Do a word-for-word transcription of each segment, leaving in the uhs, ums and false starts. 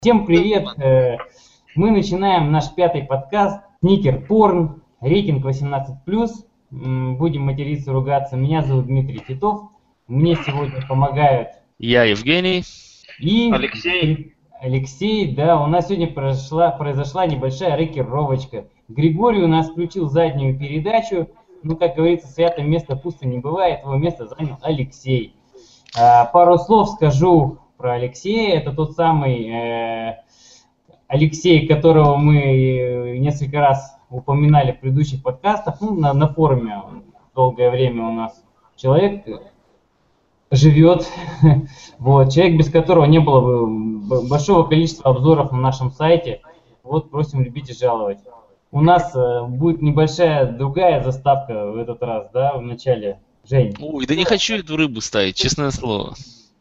Всем привет! Э, Мы начинаем наш пятый подкаст «Сникер Порн», рейтинг восемнадцать плюс. Будем материться, ругаться. Меня зовут Дмитрий Титов. Мне сегодня помогают Я Евгений. И Алексей. Алексей, да, у нас сегодня произошла, произошла небольшая рокировочка. Григорий у нас включил заднюю передачу. Ну, как говорится, святое место пусто не бывает. Его место занял Алексей. А, пару слов скажу про Алексея. Это тот самый э, Алексей, которого мы несколько раз упоминали в предыдущих подкастах. Ну, на, на форуме долгое время у нас человек живет. Вот, человек, без которого не было бы большого количества обзоров на нашем сайте. Вот, просим любить и жаловать. У нас э, будет небольшая другая заставка в этот раз, да, в начале. Жень. Ой, да не хочу эту рыбу ставить, честное слово.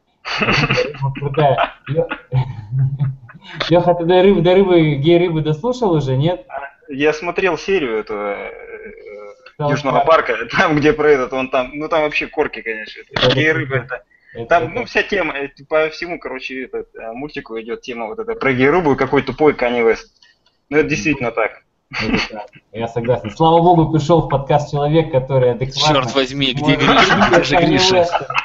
Леха, ты до рыбы, до рыбы, гей-рыбы дослушал уже, нет? Я смотрел серию этого э, Южного парка, там, где про этот, он там, ну там вообще корки, конечно. Гей-рыба это. Это, там, это... ну, вся тема, по всему, короче, этот, мультику идет тема вот эта про гей-рыбу и какой тупой Канье Уэст. Ну, это действительно так. Это, я согласен. Слава богу, пришел в подкаст человек, который адекватно... Черт возьми, где Гриша? Где же Гриша?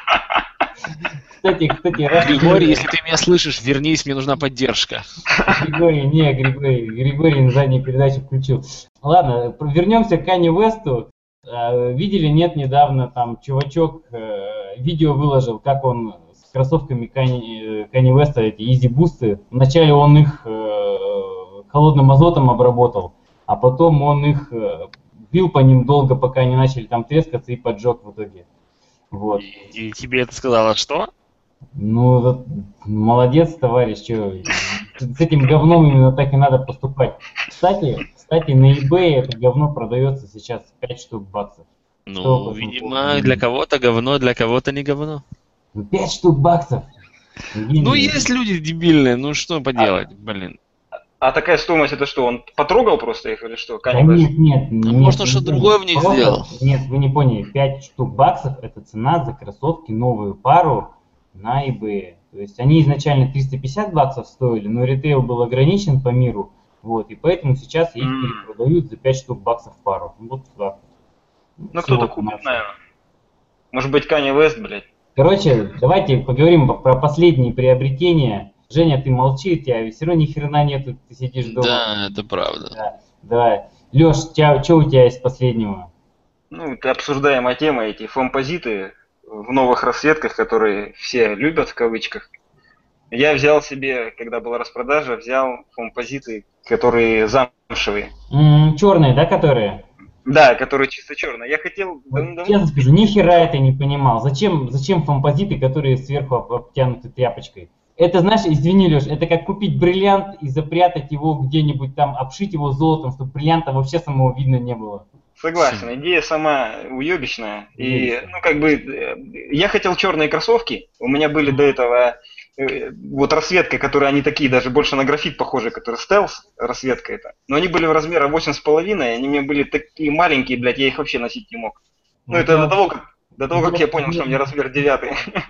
Кстати, кстати, раз... Григорий, если ты меня слышишь, вернись, мне нужна поддержка. Григорий, не, Григорий, Григорий на задней передаче включил. Ладно, вернемся к Канье Уэсту. Видели, нет, недавно там чувачок видео выложил, как он с кроссовками Канье, Канье Уэста, эти Easy Boost. Вначале он их холодным азотом обработал, а потом он их бил по ним долго, пока они начали там трескаться, и поджег в итоге. Вот. И, и тебе это сказала что? Ну, вот, молодец, товарищ, что с этим говном именно так и надо поступать. Кстати, кстати, на eBay это говно продается сейчас пять штук баксов. Ну, что, видимо, для кого-то говно, для кого-то не говно. пять штук баксов. Ну, есть люди дебильные, ну что поделать, а, блин. А такая стоимость это что, он потрогал просто их или что? Да нет, нет, а нет. Может, он что-то другое в них просто, сделал? Нет, вы не поняли, пять штук баксов это цена за кроссовки, новую пару на eBay. То есть они изначально триста пятьдесят баксов стоили, но ритейл был ограничен по миру, вот, и поэтому сейчас их mm. перепродают за пять штук баксов пару. Вот так. Ну кто-то купит, наверное. Может быть, Канье Уэст, блядь. Короче, давайте поговорим про последние приобретения. Женя, ты молчи, у тебя все равно ни хрена нету, ты сидишь дома. Да, это правда. Да, давай. Леш, что у тебя есть последнего? Ну, это обсуждаемая тема, эти фомпозиты в новых расцветках, которые все любят, в кавычках. Я взял себе, когда была распродажа, взял фомпозиты, которые замшевые. Mm, черные, да, которые? Да, которые чисто черные. Я хотел... Вот, честно скажу, ни хера это не понимал. Зачем, зачем фомпозиты, которые сверху обтянуты тряпочкой? Это, знаешь, извини, Леш, это как купить бриллиант и запрятать его где-нибудь там, обшить его золотом, чтобы бриллианта вообще самого видно не было. Согласен, идея сама уебищная. И, ну, как бы, я хотел черные кроссовки, у меня были до этого вот расцветка, которые они такие, даже больше на графит похожи, который стелс, расцветка это. Но они были в размере восемь с половиной, они у меня были такие маленькие, блядь, я их вообще носить не мог. Ну, это до того, как, до того, как я понял, что у меня размер девятый.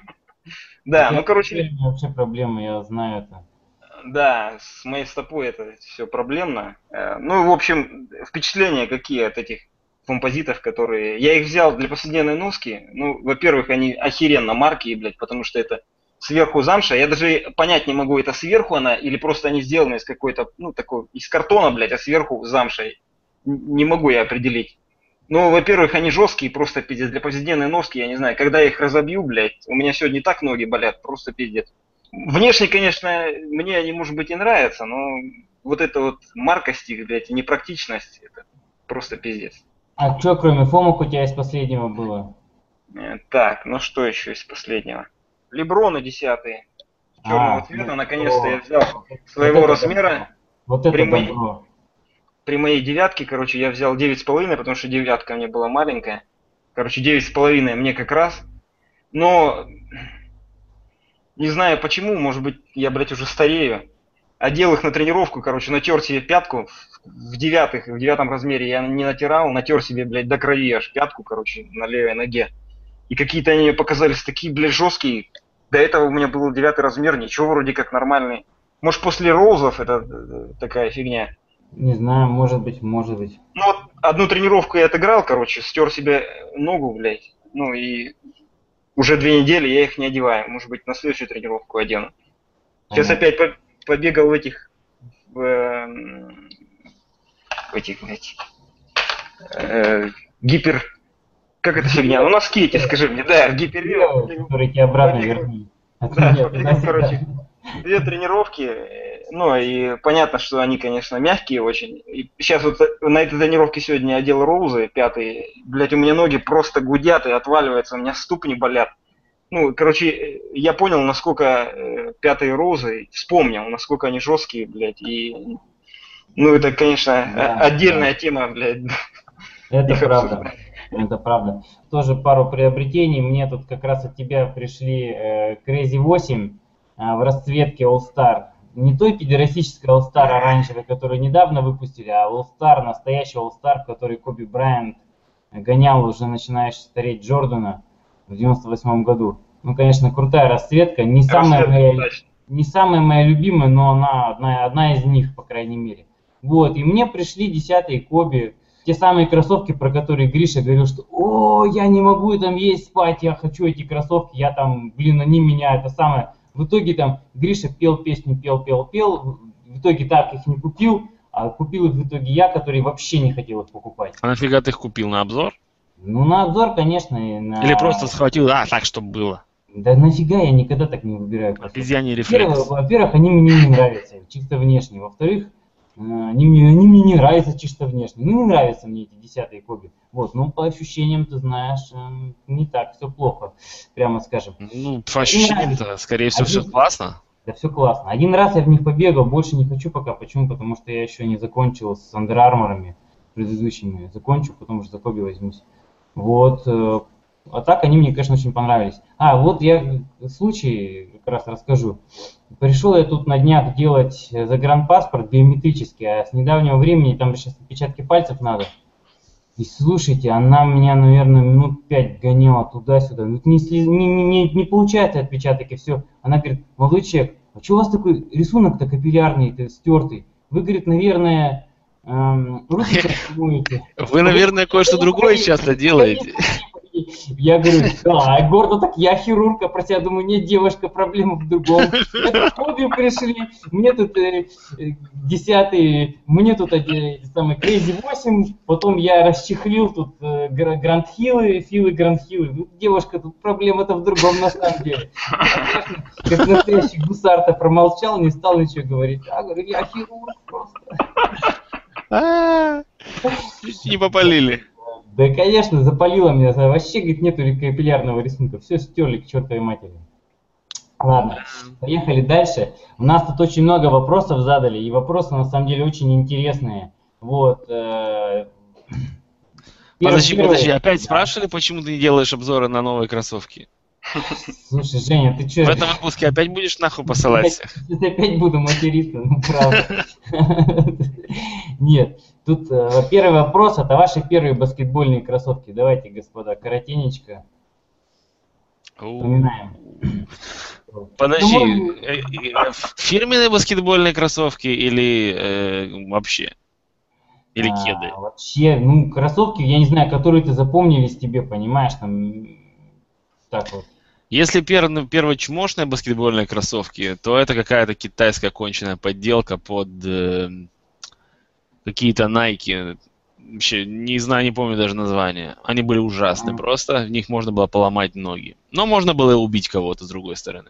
Да, ну, короче... Вообще проблема, я знаю это. Да, с моей стопой это все проблемно. Ну, в общем, впечатления какие от этих композитов, которые... Я их взял для повседневной носки. Ну, во-первых, они охеренно маркие, блядь, потому что это сверху замша. Я даже понять не могу, это сверху она или просто они сделаны из какой-то, ну, такой, из картона, блядь, а сверху замша. Не могу я определить. Ну, во-первых, они жесткие, просто пиздец. Для повседневной носки, я не знаю, когда я их разобью, блядь, у меня сегодня и так ноги болят, просто пиздец. Внешне, конечно, мне они, может быть, и нравятся, но вот эта вот маркость их, блядь, и непрактичность, это просто пиздец. А что, кроме фомок, у тебя из последнего было? Так, ну что еще из последнего? Леброны десятые, черного а, цвета, ну, наконец-то я взял своего вот размера. Вот это при, моей, добро. при моей девятке, короче, я взял девять с половиной, потому что девятка мне была маленькая. Короче, девять с половиной мне как раз. Но... Не знаю почему, может быть, я, блядь, уже старею. Одел их на тренировку, короче, натер себе пятку в девятых, в девятом размере я не натирал, натер себе, блядь, до крови аж пятку, короче, на левой ноге. И какие-то они мне показались такие, блядь, жесткие. До этого у меня был девятый размер, ничего, вроде как нормальный. Может, после Роузов это э, такая фигня. Не знаю, может быть, может быть. Ну вот одну тренировку я отыграл, короче, стер себе ногу, блядь. Ну и уже две недели я их не одеваю. Может быть, на следующую тренировку одену. Сейчас Понятно. опять по- побегал в этих, в, эм, в этих, блядь, э, гипер... Как эта фигня? Ну, носки эти, скажи мне. Да, в гипервео. побегал- Которые тебе обратно побегал. вернули. От Да, меня побегал, туда-сюда. короче, две тренировки. э, Ну, и понятно, что они, конечно, мягкие очень. И сейчас вот на этой тренировке сегодня я одел Роузы, пятые. Блядь, у меня ноги просто гудят и отваливаются, у меня ступни болят. Ну, короче, э, я понял, насколько э, пятые Роузы, вспомнил, насколько они жесткие, блядь, и... Ну, это, конечно, Да, о- отдельная да. тема, блядь, Это их правда. обсуждать. Это правда. Тоже пару приобретений. Мне тут как раз от тебя пришли э, Crazy восемь э, в расцветке All Star. Не той педерастической All Star оранжевой, которую недавно выпустили, а All Star, настоящий All Star, в который Коби Брайант гонял уже начинающий стареть Джордана в девяносто восьмом году. Ну, конечно, крутая расцветка. Не самая Расцветка моя, удачная. не самая моя любимая, но она одна, одна из них, по крайней мере. Вот, и мне пришли десятые Коби. Те самые кроссовки, про которые Гриша говорил, что «О, я не могу там есть спать, я хочу эти кроссовки, я там, блин, они меня, это самое». В итоге там Гриша пел песню, пел, пел, пел, в итоге так их не купил, а купил их в итоге я, который вообще не хотел их покупать. А нафига ты их купил на обзор? Ну, на обзор, конечно, и на... Или просто схватил, а, так, чтобы было? Да нафига, я никогда так не выбираю кроссовки. Обезьяний Во-первых, рефлекс. во-первых, они мне не нравятся, чисто внешне. Во-вторых, э, они мне, они мне не нравятся чисто внешне. Ну, не нравятся мне эти десятые Коби. Вот, ну, по ощущениям, ты знаешь, э, не так все плохо, прямо скажем. Ну, по ощущениям-то, скорее всего, все Один- классно. Да все классно. Один раз я в них побегал, больше не хочу пока. Почему? Потому что я еще не закончил с Under Armour'ами предыдущими. Закончу, потом уже за Коби возьмусь. Вот. э, А так они мне, конечно, очень понравились. А, вот я случай как раз расскажу. Пришел я тут на днях делать загранпаспорт биометрический, а с недавнего времени там сейчас отпечатки пальцев надо. И слушайте, она меня, наверное, минут пять гоняла туда-сюда. Ну, не, сли- не, не, не- не получается отпечаток и все. Она говорит: молодой человек, а что у вас такой рисунок-то капиллярный, стертый? Вы, говорит, наверное, эм, руки моете. Вы, наверное, кое-что другое часто делаете. Я говорю, да, гордо так, я хирург, а про тебя думаю, нет, девушка, проблема в другом. Это хобби пришли, мне тут э, э, десятый, мне тут эти самые Crazy восемь, потом я расчехлил тут э, Гра- Гранд Хиллы, Филы Гранд Хиллы. Ну, девушка, тут проблема-то в другом на самом деле. Я, конечно, как настоящий гусар-то промолчал, не стал ничего говорить. А, говорю, я хирург просто. А, чуть не попалили. Да, конечно, запалило меня. Вообще, говорит, нету капиллярного рисунка. Все стерли к чертовой матери. Ладно, поехали дальше. У нас тут очень много вопросов задали, и вопросы на самом деле очень интересные. Вот. э, Подожди, первый- подожди, опять Да. спрашивали, почему ты не делаешь обзоры на новые кроссовки? Слушай, Женя, ты что? В этом выпуске опять будешь нахуй посылать всех? Опять буду материться, ну правда. Нет, тут э, первый вопрос, это ваши первые баскетбольные кроссовки. Давайте, господа, коротенечко вспоминаем. Подожди, Ну, э, э, фирменные баскетбольные кроссовки или э, вообще? Или А, кеды? Вообще, ну, кроссовки, я не знаю, которые ты запомнились тебе, понимаешь, там, м, так вот. Если пер- первые чмошные баскетбольные кроссовки, то это какая-то китайская конченая подделка под э, какие-то Nike. Вообще, не знаю, не помню даже название. Они были ужасны А. просто, в них можно было поломать ноги. Но можно было убить кого-то с другой стороны.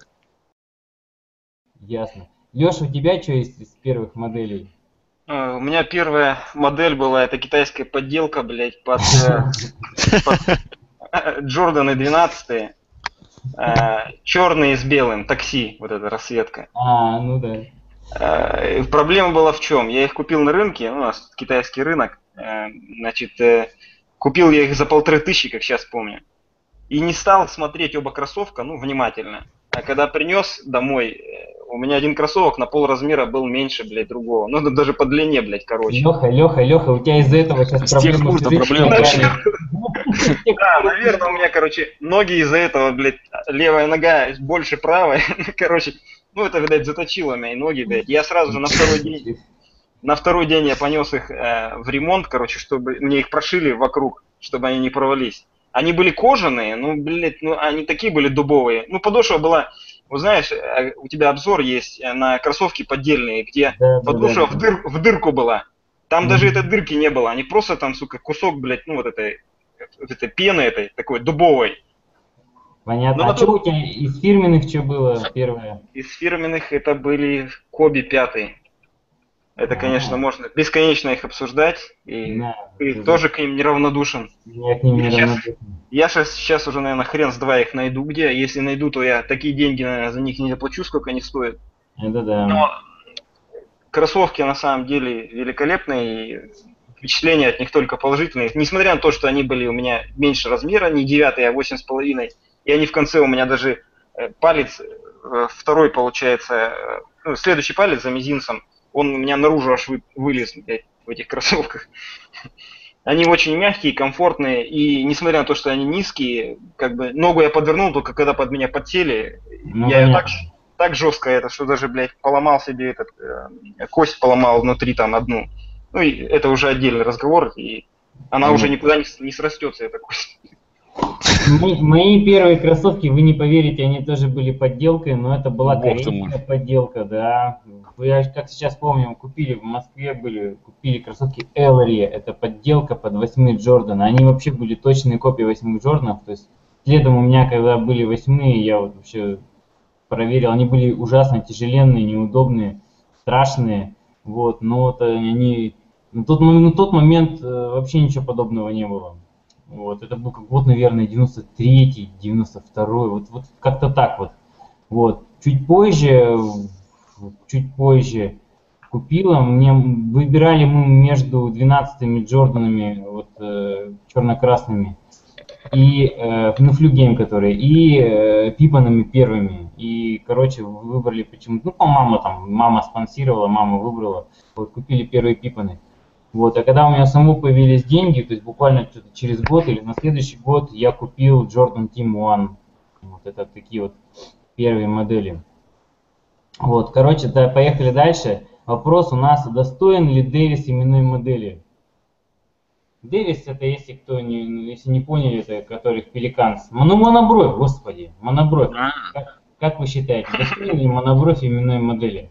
Ясно. Леша, у тебя что есть из первых моделей? Э, У меня первая модель была, это китайская подделка, блядь, под, э, под э, Джорданы двенадцать. Черные с белым, такси, вот эта расцветка. А, ну да. Э, Проблема была в чем? Я их купил на рынке, ну, у нас тут китайский рынок, э, значит, э, купил я их за полторы тысячи, как сейчас помню, и не стал смотреть оба кроссовка, ну, внимательно. А когда принес домой, э, у меня один кроссовок на полразмера был меньше, блядь, другого. Ну, даже по длине, блядь, короче. Леха, Леха, Леха, у тебя из-за этого сейчас С тех проблемы пор-то с проблемы ногами. Да, наверное, у меня, короче, ноги из-за этого, блядь, левая нога больше правой. Короче, Ну, это, видать, заточило мои ноги, блядь. Я сразу же на второй день, на второй день я понес их э, в ремонт, короче, чтобы мне их прошили вокруг, чтобы они не порвались. Они были кожаные, ну, блядь, ну, они такие были дубовые. Ну, подошва была, вот знаешь, э, у тебя обзор есть на кроссовки поддельные, где Да, да, подошва да, в, дыр, в дырку была. Там Мгм. даже этой дырки не было, они просто там, сука, кусок, блядь, ну, вот этой, вот этой пены этой, такой дубовой. Ну, Понятно. на А что тот, у тебя из фирменных что было первое? из фирменных это были Коби пятый. Это, конечно, А, можно бесконечно их обсуждать, и да, ты ты за- тоже к ним неравнодушен. я к ним Я сейчас, неравнодушен. я сейчас, сейчас уже, наверное, хрен с два их найду где. Если найду, то я такие деньги, наверное, за них не заплачу, сколько они стоят. Это да. Но кроссовки на самом деле великолепные, и впечатления от них только положительные. Несмотря на то, что они были у меня меньше размера, не девятый, а восемь с половиной, и они в конце у меня даже э, палец, э, второй получается, э, ну, следующий палец за мизинцем, он у меня наружу аж вы- вылез, блядь, в этих кроссовках. Они очень мягкие, комфортные, и несмотря на то, что они низкие, как бы ногу я подвернул только когда под меня подсели, Ну, я ее так, понятно. ж- так жестко это, что даже, блядь, поломал себе этот, э, кость поломал внутри там одну. Ну, и это уже отдельный разговор, и она уже Понятно. никуда не, с- не срастется, эта кость. Мои, мои первые кроссовки, вы не поверите, они тоже были подделкой, но это была Бог ты мой. корейская подделка, да. Я как сейчас помню, купили в Москве были, купили кроссовки Элри, это подделка под восьмые Джордана. Они вообще были точные копии восьмых Джорданов, то есть следом у меня, когда были восьмые, я вот вообще проверил, они были ужасно тяжеленные, неудобные, страшные, вот, но вот они, на тот, мо- на тот момент э, вообще ничего подобного не было. Вот, это был как год, наверное, девяносто третий, девяносто второй, вот, вот как-то так вот. Вот, чуть позже, в- чуть позже купила, мне выбирали мы между двенадцатыми Джорданами, вот, э, черно-красными, и э, ну, флюгейм которые, и э, пипанами первыми. И, короче, выбрали почему-то, ну, по мама там, мама спонсировала, мама выбрала, вот, купили первые пипаны. Вот, а когда у меня самого появились деньги, то есть буквально что-то через год или на следующий год я купил Jordan Team One. Вот это такие вот первые модели. Вот, короче, да, поехали дальше. Вопрос у нас, достоин ли Дэвис именной модели? Дэвис это, если кто не, если не поняли, это которых Пеликанс. Ну, монобровь, господи, монобровь. А. Как, как вы считаете, достоин ли монобровь именной модели?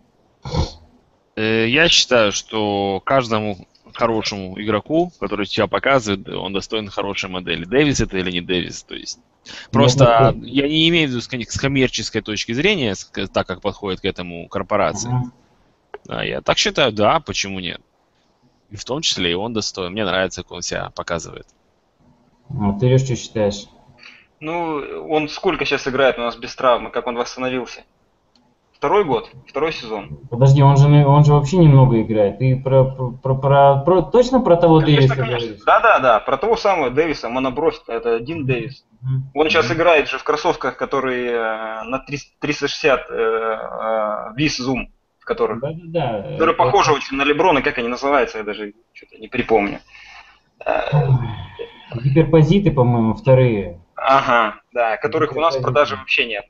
Э, Я считаю, что каждому хорошему игроку, который тебя показывает, он достоин хорошей модели. Дэвис это или не Дэвис, то есть просто Нет, нет, я не имею в виду с кон- с коммерческой точки зрения, с- к- так как подходит к этому корпорации. ага. А я так считаю, да, почему нет? И в том числе и он достоин. Мне нравится, как он себя показывает. Вот, ты, Леш, что считаешь? Ну, он сколько сейчас играет у нас без травмы, как он восстановился? Второй год, второй сезон. Подожди, он же, на- он же вообще немного играет. Ты про, про, про- про- про- точно про того Конечно, Дэвиса конечно. говоришь? Да-да-да, про того самого Дэвиса, монобровь, это один Дэвис. Мгм. Он сейчас Мгм. играет же в кроссовках, которые э, на триста шестьдесят э, э, вис зум, в которых, Да-да-да. которые это- похожи очень на Леброна, как они называются, я даже что-то не припомню. Э, Гиперпозиты, по-моему, вторые. Ага, да, которых у нас в продаже Гиперпозиты. вообще нет.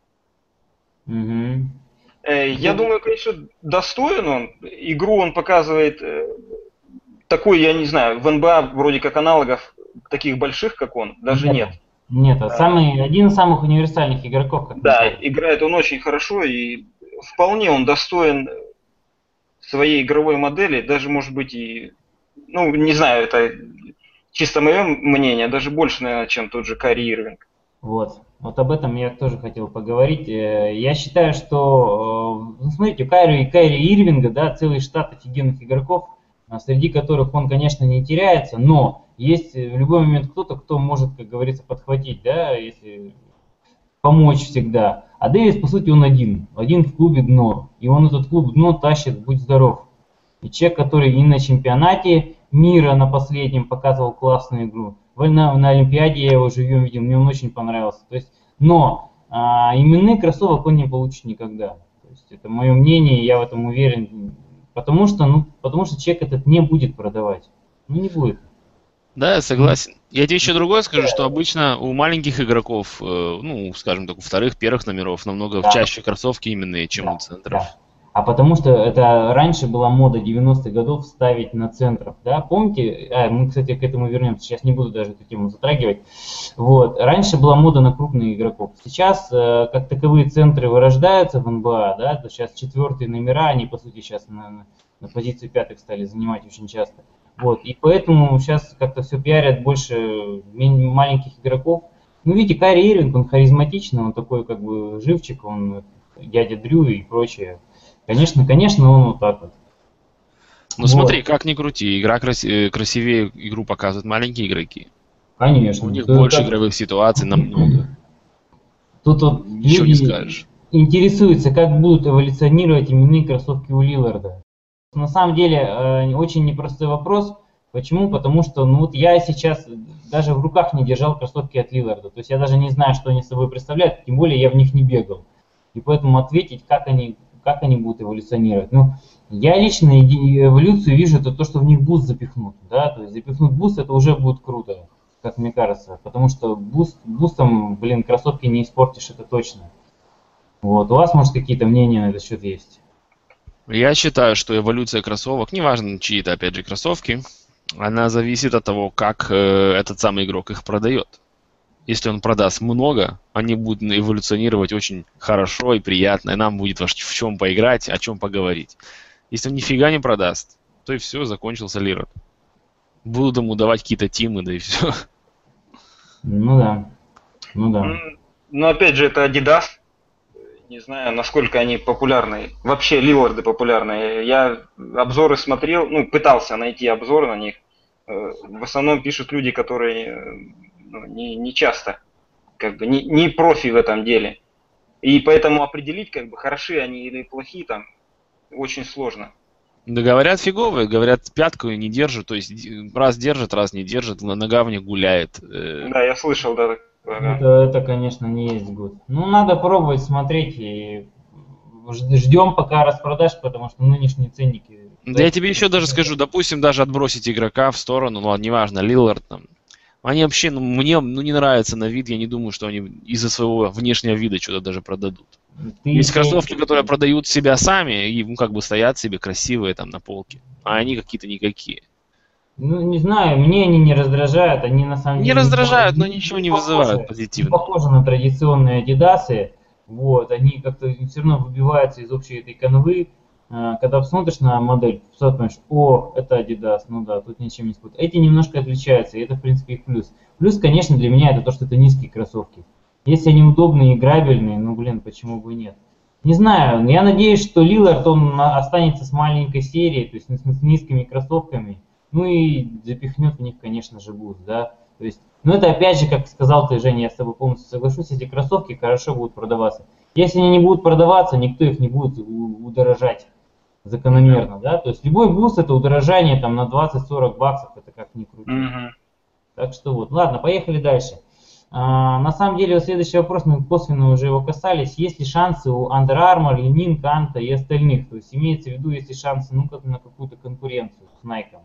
Мгм. Э, Я Ну, думаю, конечно, достоин он. Игру он показывает э, такой, я не знаю, в эн бэ а вроде как аналогов таких больших, как он, даже нет. Нет, а Э, самый, один из самых универсальных игроков, как мне Да, кажется. играет он очень хорошо и вполне он достоин своей игровой модели, даже может быть и, ну, не знаю, это чисто мое мнение, даже больше, наверное, чем тот же Кари Ирвинг. Вот. Вот об этом я тоже хотел поговорить. Э, Я считаю, что, э, ну, смотрите, у Кайри, Кайри Ирвинга, да, целый штат офигенных игроков, а, среди которых он, конечно, не теряется, но есть э, в любой момент кто-то, кто может, как говорится, подхватить, да, если помочь всегда. А Дэвис, по сути, он один. Один в клубе дно. И он этот клуб дно тащит, будь здоров. И человек, который и на чемпионате мира на последнем показывал классную игру. В- На, на Олимпиаде я его живьем видел, мне он очень понравился. То есть, но а, именных кроссовок он не получит никогда. То есть, это мое мнение, я в этом уверен. Потому что, ну, потому что человек этот не будет продавать. Ну, не будет. Да, я согласен. Я тебе еще другое скажу, что обычно у маленьких игроков, э, ну, скажем так, у вторых, первых номеров намного Да, чаще кроссовки именные, чем у да, да. центров. А потому что это раньше была мода девяностых годов ставить на центров, да, помните? А, мы, кстати, к этому вернемся, сейчас не буду даже эту тему затрагивать. Вот, раньше была мода на крупных игроков. Сейчас, э, как таковые центры вырождаются в эн бэ а, да, то сейчас четвертые номера, они, по сути, сейчас на, на позицию пятых стали занимать очень часто. Вот, и поэтому сейчас как-то все пиарят больше маленьких игроков. Ну, видите, Кайри Ирвинг, он харизматичный, он такой как бы живчик, он дядя Дрю и прочее. Конечно, конечно, он вот так вот. Ну смотри, Вот, как ни крути, игра краси- красивее игру показывают маленькие игроки. У конечно. них То больше как- игровых ситуаций намного. Тут вот Ничего не люди скажешь. интересуются, как будут эволюционировать именные кроссовки у Лиларда. На самом деле, э, очень непростой вопрос. Почему? Потому что ну, вот я сейчас даже в руках не держал кроссовки от Лиларда. То есть я даже не знаю, что они собой представляют, тем более я в них не бегал. И поэтому ответить, как они, как они будут эволюционировать. Ну, я лично иде- эволюцию вижу, это то, что в них буст запихнут. Да? То есть запихнут буст, это уже будет круто, как мне кажется. Потому что буст, бустом, блин, кроссовки не испортишь, это точно. Вот. У вас, может, какие-то мнения на этот счет есть? Я считаю, что эволюция кроссовок, неважно чьи это, опять же, кроссовки, она зависит от того, как э, этот самый игрок их продает. Если он продаст много, они будут эволюционировать очень хорошо и приятно, и нам будет во ш- в чем поиграть, о чем поговорить. Если он нифига не продаст, то и все, закончился Лирот. Будут ему давать какие-то тимы, да и все. Ну да, ну да. М, Но опять же, это Adidas. Не знаю, насколько они популярны. Вообще Лиларды популярны. Я обзоры смотрел, ну, пытался найти обзоры на них. Э, В основном пишут люди, которые э, ну, не, не часто, как бы, не, не профи в этом деле. И поэтому определить, как бы, хороши они или плохие там, очень сложно. Да говорят фиговые, говорят пятку не держат, то есть д- раз держит, раз не держит, на- нога в них гуляет. Э, Да, я слышал, да, такое, ага. Это, это, конечно, не есть гуд. Ну, надо пробовать, смотреть и ж- ждем пока распродаж, потому что нынешние ценники. Да я тебе еще даже скажу, допустим, даже отбросить игрока в сторону, ну ладно, неважно, Лиллард там. Они вообще, ну, мне ну, не нравится на вид, я не думаю, что они из-за своего внешнего вида что-то даже продадут. Ты, Есть ты- кроссовки, которые продают себя сами и ну, как бы стоят себе красивые там на полке, а они какие-то никакие. ну, не знаю, мне они не раздражают, они на самом Не деле раздражают, но не, ничего не не похожи, вызывают не позитивно. похожи на традиционные адидасы. Вот, они как-то все равно выбиваются из общей этой канвы. А, Когда посмотришь на модель, сразу понимаешь, о, это Adidas, ну да, тут ничем не спутать. Эти немножко отличаются, и это, в принципе, их плюс. Плюс, конечно, для меня это то, что это низкие кроссовки. Если они удобные и играбельные, ну, блин, почему бы и нет. Не знаю, я надеюсь, что Лилард, он на- останется с маленькой серией, то есть с, с низкими кроссовками, ну и запихнет в них, конечно же, буст, да. То есть, ну это опять же, как сказал ты, Женя, я с тобой полностью соглашусь, эти кроссовки хорошо будут продаваться. Если они не будут продаваться, никто их не будет у- удорожать закономерно, да. То есть любой буст это удорожание там на двадцать-сорок баксов, это как ни крути. Мгм. Так что вот, ладно, поехали дальше. А, на самом деле, вот следующий вопрос, мы косвенно уже его касались. Есть ли шансы у Under Armour, Ленин, Канта и остальных? То есть имеется в виду, есть ли шансы ну, как на какую-то конкуренцию с Nike?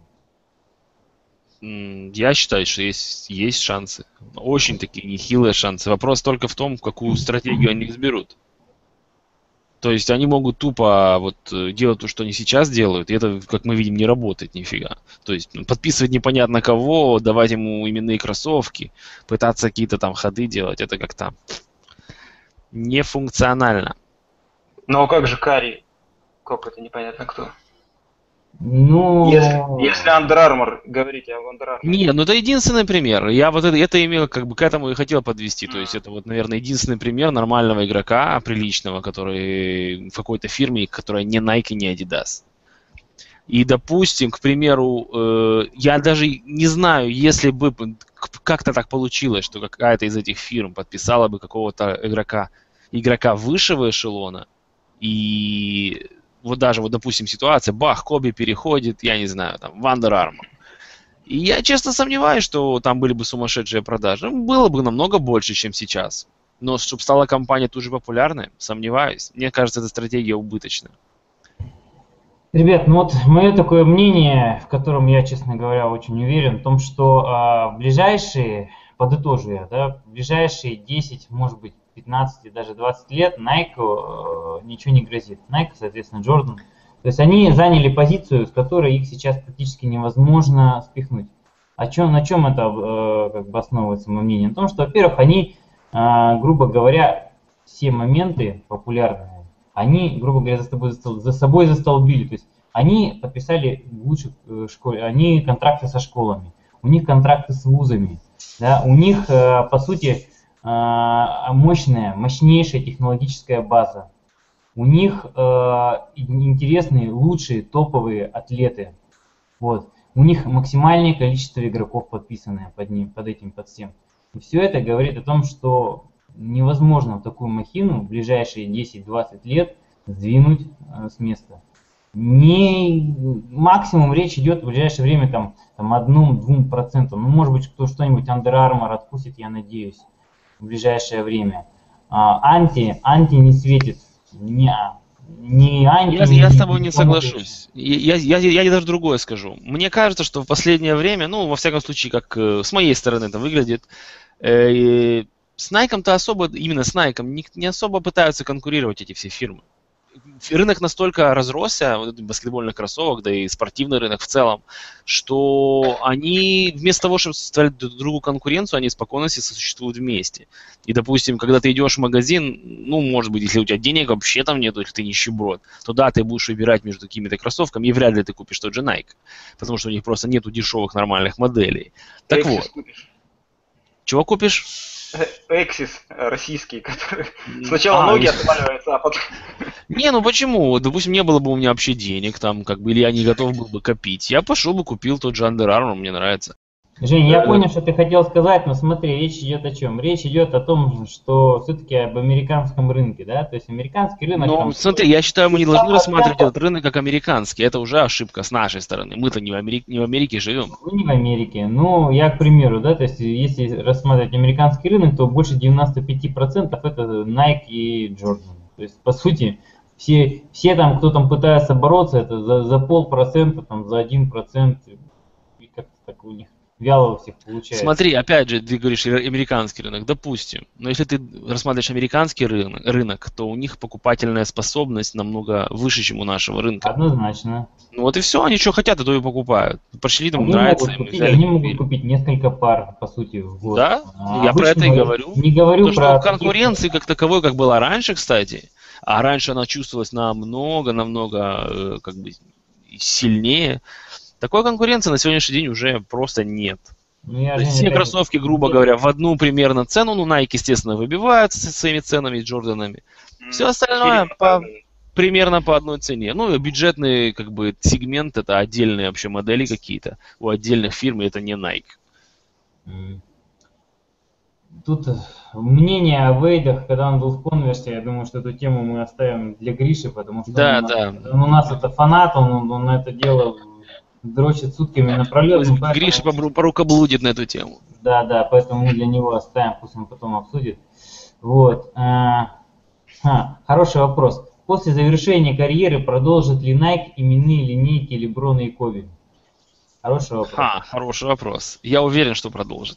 М, Я считаю, что есть, есть шансы. Очень такие нехилые шансы. Вопрос только в том, какую стратегию они изберут. То есть они могут тупо вот э, делать то, что они сейчас делают, и это, как мы видим, не работает нифига. То есть ну, подписывать непонятно кого, давать ему именные кроссовки, пытаться какие-то там ходы делать, это как-то нефункционально. Ну а как же Кари? Как это непонятно кто? Ну, Если, если Under Armour, говорите об Under Armour. Не, ну это единственный пример. Я вот это, это имел, как бы к этому и хотел подвести. То есть А. это вот, наверное, единственный пример нормального игрока, приличного, который в какой-то фирме, которая не Nike, не Adidas. И, допустим, к примеру, э, я даже не знаю, если бы к- как-то так получилось, что какая-то из этих фирм подписала бы какого-то игрока, игрока высшего эшелона, и вот даже, вот, допустим, ситуация, бах, Коби переходит, я не знаю, там, в Under Armour. И я честно сомневаюсь, что там были бы сумасшедшие продажи. Ну, было бы намного больше, чем сейчас. Но чтобы стала компания тут же популярной, сомневаюсь. Мне кажется, эта стратегия убыточна. Ребят, ну вот мое такое мнение, в котором я, честно говоря, очень уверен, в том, что а, в ближайшие, подытожу я, да, в ближайшие десять, может быть, пятнадцать и даже двадцать лет Nike э, ничего не грозит. Nike, соответственно, Jordan. То есть они заняли позицию, с которой их сейчас практически невозможно спихнуть. О чем, на чем это э, как бы основывается мое мнение? На том, что, во-первых, они, э, грубо говоря, все моменты популярные, они, грубо говоря, за собой, за собой застолбили. То есть они подписали лучших э, школ, они контракты со школами, у них контракты с вузами, да, у них, э, по сути, э, мощная, мощнейшая технологическая база. У них э, интересные, лучшие, топовые атлеты. Вот. У них максимальное количество игроков подписанное под ним, под этим, под всем. И все это говорит о том, что невозможно такую махину в ближайшие десять-двадцать лет сдвинуть э, с места. Не, максимум речь идет в ближайшее время там, там одному-двум процентам. Ну, может быть, кто что-нибудь Under Armour откусит, я надеюсь, в ближайшее время. А, анти, анти не светит. Не, не анти, Я, не, я с не, тобой не не соглашусь. Я, я, я, я даже другое скажу. Мне кажется, что в последнее время, ну, во всяком случае, как э, с моей стороны это выглядит, э, с Nike-то особо, именно с Nike, не, не особо пытаются конкурировать эти все фирмы. Рынок настолько разросся, вот этот баскетбольных кроссовок, да и спортивный рынок в целом, что они вместо того, чтобы составлять друг другу конкуренцию, они спокойно себе сосуществуют вместе. И, допустим, когда ты идешь в магазин, ну, может быть, если у тебя денег вообще там нету, если ты нищеброд, то да, ты будешь выбирать между какими-то кроссовками, и вряд ли ты купишь тот же Nike, потому что у них просто нету дешевых нормальных моделей. Так Exis вот, купишь. чего купишь? Exis российский, который сначала А, ноги и- отваливаются, а потом... Не, ну почему? Вот, допустим, не было бы у меня вообще денег там, как бы, или я не готов был бы копить. Я пошел бы, купил тот же Under Armour, мне нравится. Жень, я Э, понял, что ты хотел сказать, но смотри, речь идет о чем? Речь идет о том, что все-таки об американском рынке, да, то есть американский рынок Но там... смотри, я считаю, мы не должны сто рассматривать процентов. этот рынок как американский. Это уже ошибка с нашей стороны. Мы-то не в Америке, не в Америке живем. Ну, не в Америке. Ну, я, к примеру, да, то есть если рассматривать американский рынок, то больше девяноста пяти процентов это Nike и Jordan. То есть, по сути, все, все там, кто там пытается бороться, это за, за полпроцента, там, за один процент, и как-то так у них вяло у всех получается. Смотри, опять же, ты говоришь американский рынок, допустим. Но если ты рассматриваешь американский рынок, рынок, то у них покупательная способность намного выше, чем у нашего рынка. Однозначно. Ну вот и все, они что хотят, то и покупают. Пошли, там Они нравится, могут им купить, взяли, они могут купили. купить несколько пар, по сути, в год. Да, А я про это и обычно говорю. Не говорю То, про что таких- конкуренции как таковой, как была раньше, кстати, а раньше она чувствовалась намного-намного э, как бы сильнее, такой конкуренции на сегодняшний день уже просто нет. Ну, я, То есть Женя, все опять- кроссовки, грубо говоря, в одну примерно цену, ну Nike, естественно, выбиваются со своими ценами, Джорданами. Все остальное по, примерно по одной цене. Ну, и бюджетный как бы сегмент, это отдельные вообще модели какие-то у отдельных фирм, и это не Nike. М. Тут э, мнение о Вейдах, когда он был в Конверсе, я думаю, что эту тему мы оставим для Гриши, потому что Да, он, да. он у нас это фанат, он, он на это дело дрочит сутками напролет. ну, поэтому- Гриша пору- порукоблудит на эту тему. Да, да, поэтому мы для него оставим, пусть он потом обсудит. Вот. а, а, хороший вопрос. После завершения карьеры продолжит ли Nike именные линейки Леброна и Коби? Хороший вопрос. Ха, хороший вопрос. Я уверен, что продолжит.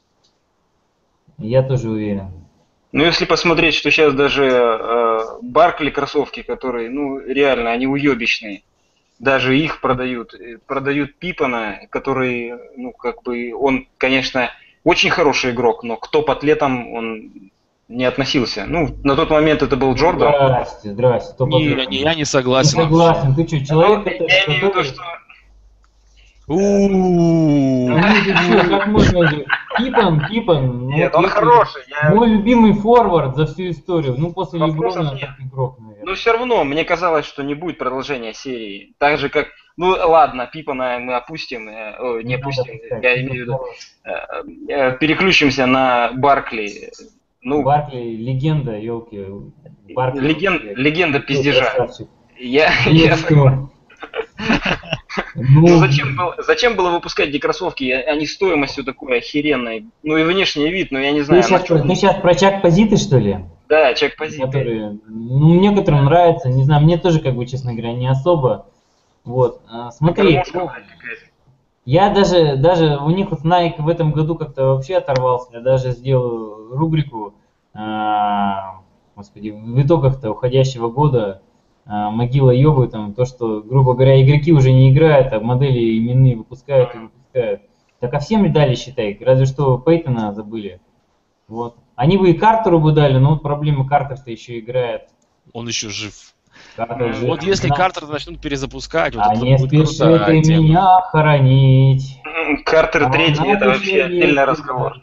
Я тоже уверен. Ну, если посмотреть, что сейчас даже э, Баркли кроссовки, которые, ну, реально, они уебищные. Даже их продают. Э, Продают Пипана, который, ну, как бы, он, конечно, очень хороший игрок, но к топ-атлетам он не относился. Ну, на тот момент это был Джордан. Здрасте, здрасте. Топ Не, атлет. не, я не Не согласен. согласен. Ты что, человек, Ну, который- я имею в виду, который- что... У-у-у. Ну, ты чё, как можно же? Пипан, Пипан. ну, Нет, вот он если- хороший. Я... Мой любимый форвард за всю историю. Ну, после Вопросов Леброна нет. как игрок, наверное. Но все равно, мне казалось, что не будет продолжения серии. Так же, как... Ну, ладно, Пипана мы опустим. э, о, не надо опустим, пускать. я имею в виду... э, э, Переключимся на Баркли. Ну, Баркли легенда, елки. леген- легенда пиздежа. Красавчик. Я, Ну, я что? Ну Ну, зачем было, зачем было выпускать эти кроссовки? Они стоимостью такой охеренной. Ну и внешний вид, ну я не ты знаю. сейчас, на чём- ты сейчас про чак-позиты, что ли? Да, чек позиции. Которые, ну, некоторым нравится, не знаю, мне тоже, как бы, честно говоря, не особо. Вот, э, смотри, Кормушка, ну, блядь, какая-то. я даже, даже у них вот Nike в этом году как-то вообще оторвался. Я даже сделал рубрику, а, господи, в итогах-то уходящего года а, могила Йобы, там то, что, грубо говоря, игроки уже не играют, а модели именные выпускают и выпускают. Так а всем дали, считай, разве что Пейтона забыли. Вот. Они бы и Картеру бы дали, но вот проблема, Картер-то еще играет. Он еще жив. Картер же- Вот если на- Картер начнут перезапускать, вот А это не будет спеши крутая ты тема. меня хоронить. М, Картер А третий, она это вообще еще отдельный есть, разговор.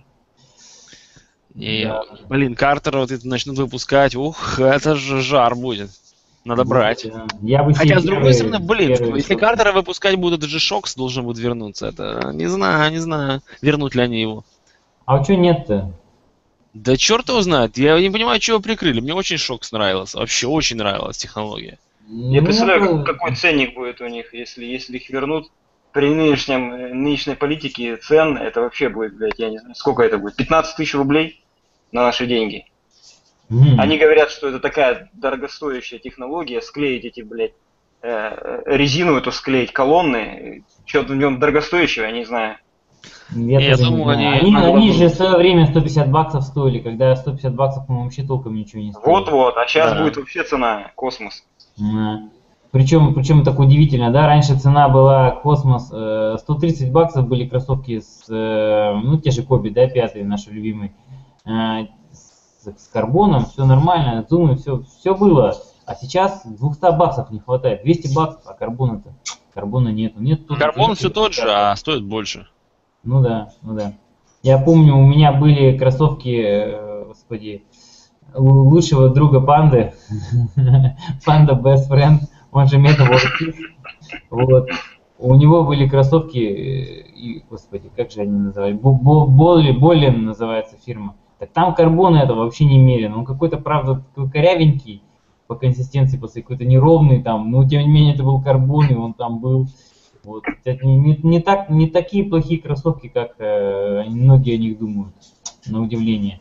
Не, Да. блин, Картера вот это начнут выпускать, ух, это же жар будет. Надо брать. Вот, да. Я бы Хотя, себе с другой первый- стороны, блин, первый если шок. Картера выпускать будут, это же Шокс должен будет вернуться. Это не знаю, не знаю, вернут ли они его. А вот что нет-то? Да черт его знает, я не понимаю, чего прикрыли. Мне очень Шокс нравился, вообще очень нравилась технология. Я Ну, представляю, это- какой ценник будет у них, если, если их вернут. При нынешнем, э, нынешней политике цен, это вообще будет, блядь, я не знаю, сколько это будет, пятнадцать тысяч рублей на наши деньги. М. Они говорят, что это такая дорогостоящая технология, склеить эти, блядь, э, э, резину эту склеить, колонны, что-то в нем дорогостоящего, я не знаю. Я, Я тоже не думаю, знаю. они- Они, надо они было- же в свое время сто пятьдесят баксов стоили, когда сто пятьдесят баксов, по-моему, вообще толком ничего не стоило. Вот-вот, а сейчас Да. будет вообще цена космос. Да. Причем, причем так удивительно, да, раньше цена была космос, э, сто тридцать баксов были кроссовки с, э, ну, те же Коби, да, пятые, наши любимые, э, с, с карбоном, все нормально, зумы, все, все было. А сейчас двести баксов не хватает, двести баксов, а карбона-то, карбона нету. Нет, тут- Карбон все тот же, а стоит больше. Ну да, ну да. Я помню, у меня были кроссовки, э, господи, у лучшего друга Панды, Панда Best Friend, он же Meta World. Вот. У него были кроссовки, э, и, господи, как же они назывались, Боллин называется фирма. Так там карбона это вообще немерено, он какой-то, правда, такой корявенький по консистенции, после какой-то неровный там, но тем не менее это был карбон, и он там был. Вот. Это не, не, так, не такие плохие кроссовки, как э, многие о них думают, на удивление.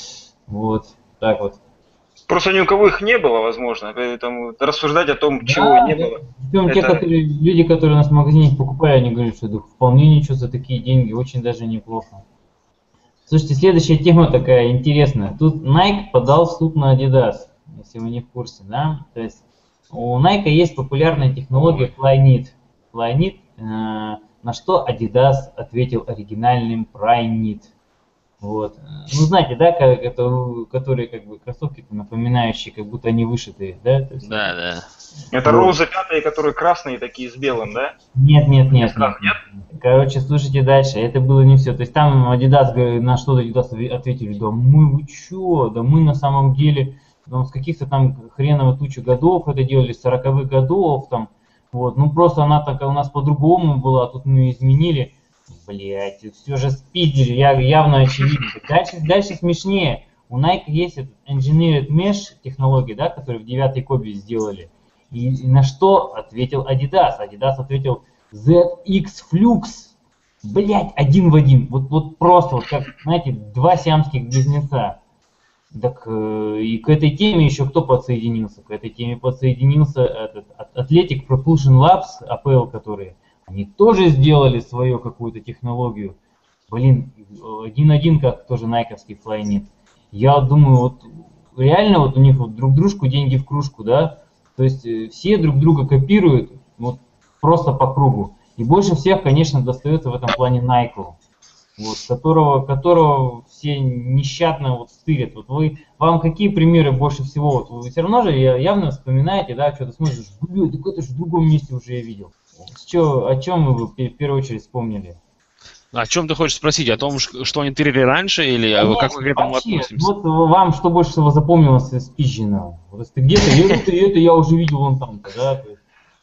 Вот, так вот. Просто ни у кого их не было, возможно, поэтому рассуждать о том, чего Да, не да. было. Причем те, Это- которые, люди, которые у нас в магазине покупали, они говорят, что это вполне ничего за такие деньги, очень даже неплохо. Слушайте, следующая тема такая интересная. Тут Nike подал в суд на Adidas, если вы не в курсе, да? То есть у Nike есть популярная технология Flyknit. Flyknit, э, на что Adidas ответил оригинальным Pryknit. Вот. Ну, знаете, да, как это, которые как бы кроссовки напоминающие, как будто они вышитые, да? То есть- Да, да. Это Вот. розы пятые, которые красные такие с белым, да? Нет, нет, нет, Страх нет. Короче, слушайте дальше. Это было не все. То есть там Adidas, говорит, на что Adidas ответили, да мы, вы чё, да мы на самом деле, ну, с каких-то там хреново тучу годов это делали, с сороковых годов там, вот, ну просто она такая у нас по-другому была, тут мы изменили. Блять, все же спиздили, я, явно очевидно. Дальше, дальше смешнее. У Nike есть этот Engineered Mesh технология, да, которую в девятой Коби сделали. И, и на что ответил Adidas? Adidas ответил зет икс Flux. Блять, один в один. Вот, вот просто, вот как, знаете, два сиамских близнеца. Так э, и к этой теме еще кто подсоединился? К этой теме подсоединился этот, Athletic Propulsion Labs, эй пи эл, которые. Они тоже сделали свою какую-то технологию. Блин, один-один, как тоже найковский Flyknit. Я думаю, вот реально вот у них вот друг дружку деньги в кружку, да? То есть э, все друг друга копируют вот просто по кругу. И больше всех, конечно, достается в этом плане Nike, вот, которого, которого все нещадно вот стырят. Вот вы, вам какие примеры больше всего? Вот вы все равно же явно вспоминаете, да, что-то смотришь, блин, так это же в другом месте уже я видел. С чё, о чем вы в первую очередь вспомнили? О чем ты хочешь спросить? О том, ш- что они тырили раньше, или о- как мы к этому Вообще, относимся? вот вам что больше всего запомнилось из пизжиного? Вот если ты где-то, это, это я уже видел вон там-то, да? То есть,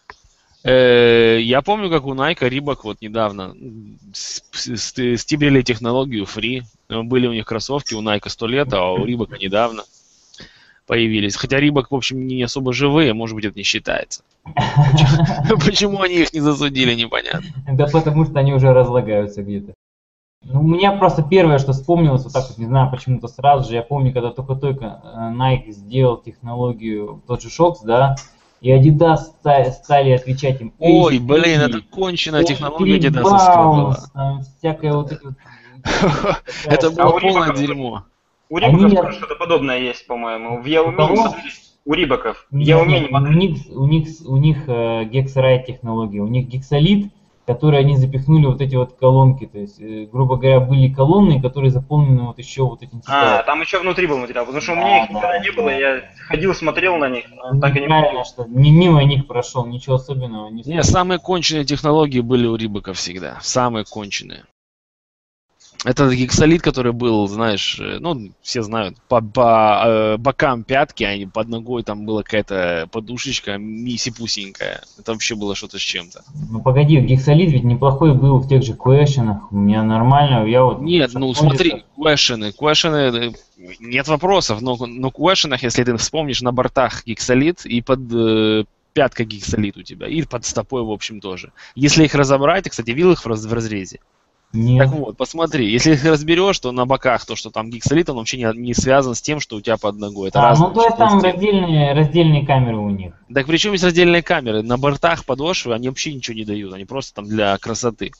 Э, Я помню, как у Nike, Reebok вот недавно с- с- с- стибрили технологию Free. Были у них кроссовки, у Nike сто лет, а у Reebok недавно появились. Хотя Reebok, в общем, не особо живые, может быть, это не считается. Почему- Почему они их не засудили, непонятно. Да потому что они уже разлагаются где-то. Ну, у меня просто первое, что вспомнилось, вот так вот, не знаю, почему-то сразу же, я помню, когда только-только э, Nike сделал технологию, тот же Shox, да, И Adidas ста- стали отвечать им. Ой, эйч блин, три, это конченая технология Electric дедасовская была. Bounce, там всякое вот это вот. Это А было у полное Рибаков, дерьмо. у Рибаков Они тоже что-то подобное есть, по-моему. В у Яуми кого? модели. У Рибаков. Нет, Яуми нет, у модель. них, у них, у них э, Gexrite технология, у них гексолит, которые они запихнули вот эти вот колонки, то есть, э, грубо говоря, были колонны, которые заполнены вот еще вот этим А, цветом. там еще внутри был материал, потому что у Да, меня их да, никогда не было, да. я ходил, смотрел на них, но так и не Неправильно, купил. что ми- мимо них прошел, ничего особенного не Не, самые конченые технологии были у Рибака всегда. Самые конченые. Это гексолит, который был, знаешь, э, ну, все знают, по, по э, бокам пятки, а не под ногой там была какая-то подушечка миси-пусенькая. Это вообще было что-то с чем-то. Ну погоди, гексолит ведь неплохой был в тех же квешенах, у меня нормально, я вот... Нет, ну шахматистов- смотри, квешены, квешены, э, нет вопросов, но на квешенах, если ты вспомнишь, на бортах гексолит и под э, пятка гексолит у тебя, и под стопой, в общем, тоже. Если их разобрать, ты, кстати, видел их в, раз- в разрезе? Нет. Так вот, посмотри, если их разберешь, то на боках то, что там гексолит, он вообще не, не связан с тем, что у тебя под ногой. Это А, разные ну то есть там пластины. раздельные, раздельные камеры у них. Так при чем есть раздельные камеры? На бортах подошвы они вообще ничего не дают, они просто там для красоты.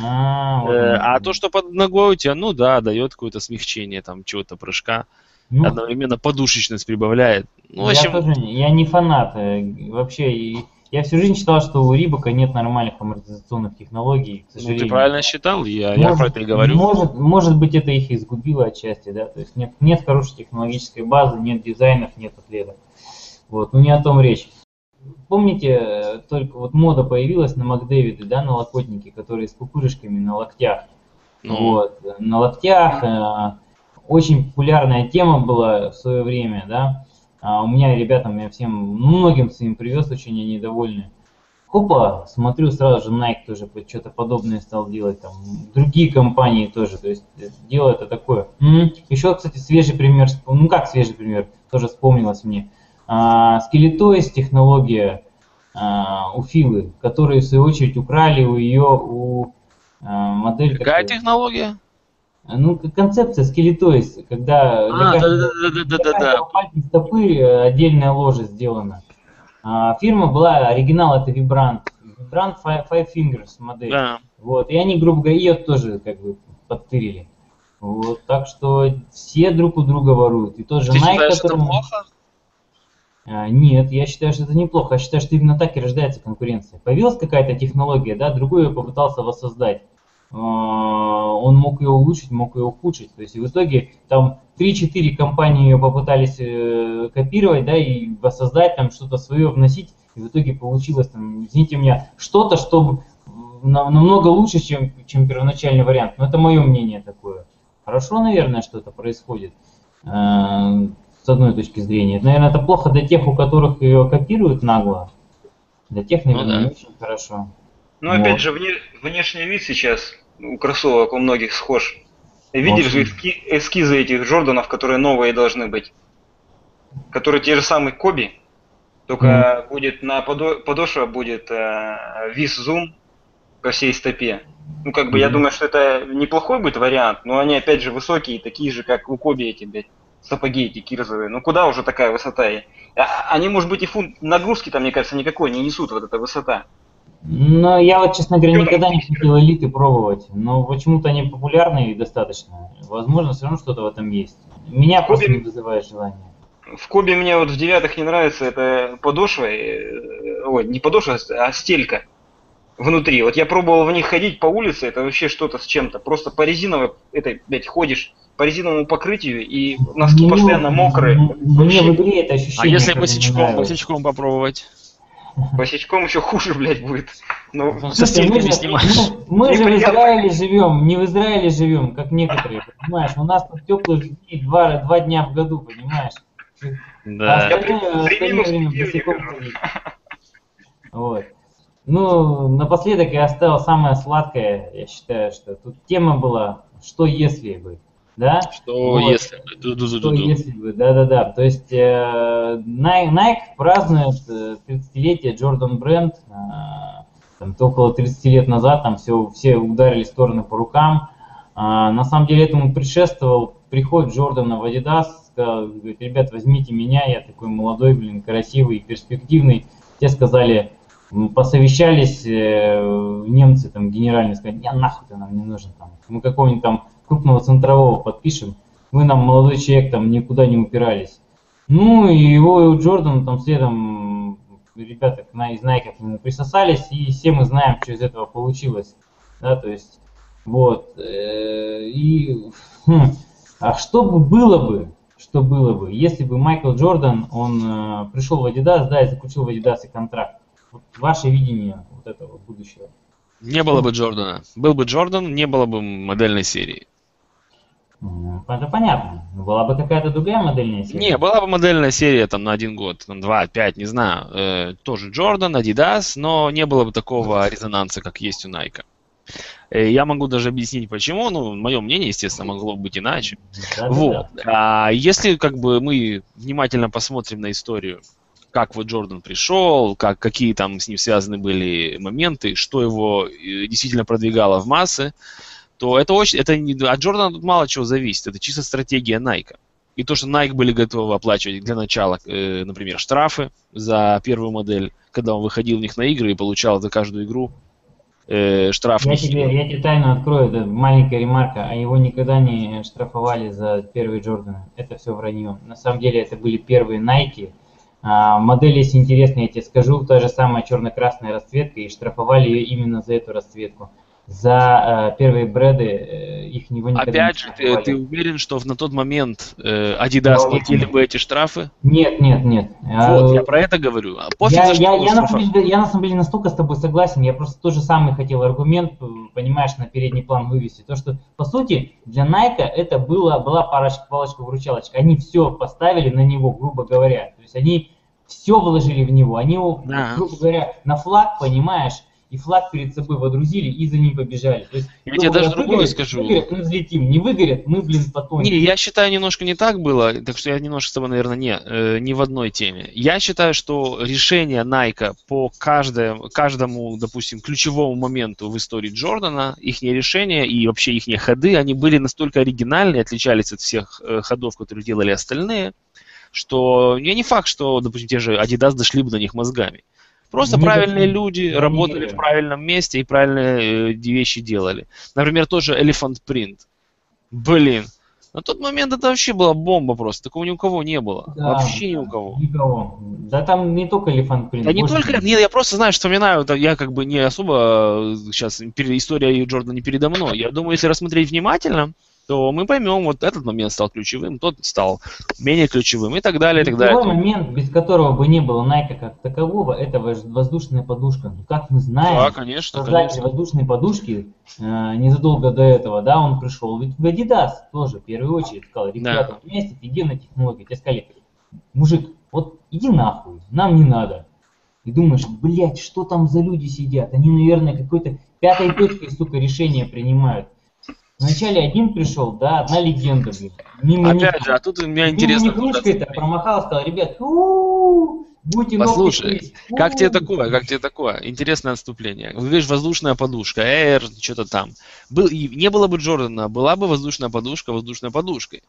А, вот Э, оно. а то, что под ногой у тебя, ну да, дает какое-то смягчение, там, чего-то прыжка. Ну, Одновременно подушечность прибавляет. Ну, в я общем, тоже, я не фанат. э, Вообще, и я всю жизнь считал, что у Рибака нет нормальных амортизационных технологий, к ну, сожалению. ты правильно считал, я, я Может, про это и говорю. Может, может быть, это их изгубило отчасти, да, то есть нет, нет хорошей технологической базы, нет дизайнов, нет атлетов. Вот, ну не о том речь. Помните, э, только вот мода появилась на Макдэвиды, да, на локотники, которые с пупырышками на локтях. Ну, Вот, э, на локтях. э, Очень популярная тема была в свое время, да. А у меня ребятам, я всем, многим своим привез, очень они довольны. Хопа, смотрю, сразу же Nike тоже что-то подобное стал делать, там, другие компании тоже, то есть э, дело это такое. М, Еще, кстати, свежий пример, вспом- ну как свежий пример, тоже вспомнилось мне. А, Skeleton технология а, у Филы, которые в свою очередь украли у ее, у а, модель какая такая. технология? Ну, к- концепция скелетоис, когда для А, каждого, для да-да-да-да-да-да. каждого пальца стопы э, отдельная ложа сделана. А, фирма была, оригинал это Vibrant, Vibrant Five, Five Fingers модель. Да. Вот, и они, грубо говоря, ее тоже как бы подтырили. Вот, так что все друг у друга воруют. И тоже Ты Nike, считаешь, это которому... плохо? А, нет, я считаю, что это неплохо. Я считаю, что именно так и рождается конкуренция. Появилась какая-то технология, да, другой ее попытался воссоздать. А, Он мог ее улучшить, мог ее ухудшить. То есть и в итоге там три-четыре компании ее попытались э, копировать, да, и воссоздать там что-то свое, вносить. И в итоге получилось там, извините меня, что-то, что на- намного лучше, чем, чем первоначальный вариант. Но это мое мнение такое. Хорошо, наверное, что это происходит. Э, С одной точки зрения. Наверное, это плохо для тех, у которых ее копируют нагло. Для тех, наверное, да. не очень хорошо. Ну, Вот. опять же, вне- внешний вид сейчас у кроссовок у многих схож. Видели же эски- эскизы этих Джорданов, которые новые должны быть. Которые те же самые Коби, только будет на подо- подошва будет э, виз-зум по всей стопе. Ну, как бы, я Мгм. думаю, что это неплохой будет вариант, но они, опять же, высокие, такие же, как у Коби эти, блядь, сапоги эти кирзовые. Ну, куда уже такая высота? И- а- Они, может быть, и фунт нагрузки там, мне кажется, никакой не несут, вот эта высота. Но я вот, честно говоря, Чё там никогда не фиксирует? хотел элиты пробовать. Но почему-то они популярны и достаточно. Возможно, все равно что-то в этом есть. Меня просто Коби- не вызывает желания. В Коби мне вот в девятых не нравится это подошва, э, ой, не подошва, а стелька внутри. Вот я пробовал в них ходить по улице, это вообще что-то с чем-то. Просто по резиновой, этой, блядь, ходишь по резиновому покрытию, и носки Ну, постоянно мокрые. м- Мне в Вообще, игре это А ощущение если как бы не босичком, нравилось. босичком попробовать? босичком еще хуже, блядь, будет. Ну, Ну, со Слушай, мы стельками же, снимать. мы- мы же в Неприятно. Израиле живем, не в Израиле живем, как некоторые, понимаешь? У нас тут теплых дней два, два дня в году, понимаешь? А Да. Я остальное, при- при остальное минус время пяти босиком не хожу. ходить. Вот. Ну, напоследок я оставил самое сладкое, я считаю, что тут тема была, что если бы, да? Что Вот. если бы? Что Ду-ду-ду-ду-ду. если бы, да-да-да. То есть э, Nike, Nike празднует э, тридцатилетие Jordan бренд, э, там, около тридцати лет назад, там все, все ударили стороны по рукам. А, на самом деле этому предшествовал приход Джордана в Adidas, сказал, говорит, ребят, возьмите меня, я такой молодой, блин, красивый, перспективный. те сказали, посовещались э, немцы, там, генеральные, сказали, не, нахуй ты нам не нужен, там, мы какого-нибудь там крупного центрового подпишем, вы нам, молодой человек, там, никуда не упирались. Ну, и его и Джордан там следом, ребята из Nike к нему присосались, и все мы знаем, что из этого получилось, да, то есть, вот, э, и, хм, а что бы было бы, что было бы, если бы Майкл Джордан, он э, пришел в Adidas, да, и заключил в Adidas контракт. Вот ваше видение вот этого будущего. Не было бы Джордана. Был бы Джордан, не было бы модельной серии. Это понятно. Была бы какая-то другая модельная серия. Не, была бы модельная серия там на один год, там два, пять, не знаю. Э, тоже Джордан, Adidas, но не было бы такого резонанса, как есть у Nike. Э, я могу даже объяснить почему. Ну, мое мнение, естественно, могло быть иначе. Да, вот. да. А если как бы мы внимательно посмотрим на историю, как вот Джордан пришел, как, какие там с ним связаны были моменты, что его действительно продвигало в массы, то это очень, это не, от Джордана тут мало чего зависит. Это чисто стратегия Nike. И то, что Nike были готовы оплачивать для начала, э, например, штрафы за первую модель, когда он выходил в них на игры и получал за каждую игру э, штраф. Я тебе, я тебе тайну открою, это маленькая ремарка, а его никогда не штрафовали за первые Джорданы. Это все вранье. На самом деле это были первые Nike. А, модель, если интересно, я тебе скажу, та же самая черно-красная расцветка, и штрафовали ее именно за эту расцветку. За э, первые бреды э, их него никогда Опять не же, штрафовали. ты, ты уверен, что на тот момент э, Adidas платили бы эти штрафы? Нет, нет, нет. Вот, А, я про это говорю. А пофиг, я, за что я, его я, на штрафовать. самом деле, я на самом деле настолько с тобой согласен, я просто тот же самый хотел аргумент, понимаешь, на передний план вывести. То, что, по сути, для Nike это было, была парочка, палочка-выручалочка. Они все поставили на него, грубо говоря. То есть они все вложили в него. Они его, Да. грубо говоря, на флаг, понимаешь, и флаг перед собой водрузили и за ним побежали. То есть, Я грубо тебе даже говоря, другое выгорят, скажу. Выгорят, мы взлетим. Не выгорят, мы, блин, потонем. Не, я считаю, немножко не так было, так что я немножко с тобой, наверное, не, э, не в одной теме. Я считаю, что решение Nike по каждое, каждому, допустим, ключевому моменту в истории Джордана, их решения и вообще их ходы, они были настолько оригинальны, отличались от всех э, ходов, которые делали остальные, что я не факт, что, допустим, те же Adidas дошли бы до них мозгами. Просто Не правильные дошли. люди Я не работали верю. в правильном месте и правильные э, вещи делали. Например, тоже Elephant Print. Блин, на тот момент это вообще была бомба просто. Такого ни у кого не было. Да, Вообще ни у кого. Никого. Да там не только Elephant Print. Да не больше только нет. это, нет, я просто, знаешь, вспоминаю, это я как бы не особо э, сейчас пере- история Джордана не передо мной. Я думаю, если рассмотреть внимательно, то мы поймем, вот этот момент стал ключевым, тот стал менее ключевым и так далее, и так далее. Ключевой момент, без которого бы не было Nike как такового, это воз- воздушная подушка. Ну, как мы знаем, Да, конечно, создатель конечно. воздушной подушки э, незадолго до этого, да, он пришел ведь в Adidas тоже, в первую очередь, сказал, ребята, у меня есть офигенная технология. Тебе сказали, мужик, вот иди нахуй, нам не надо. И думаешь, блядь, что там за люди сидят? Они, наверное, какой-то пятой точкой, сука, решения принимают. Вначале один пришел, да, одна легенда, блин. Мимо них- Опять же, а тут у меня мимо интересно... них ручкой-то промахал, сказал, ребят, у-у-у, будьте ногти Послушай, есть. как тебе У-у-у». такое, как тебе такое? Интересное отступление. Вы видишь, воздушная подушка, Air, что-то там. Был, и не было бы Джордана, была бы воздушная подушка воздушной подушкой.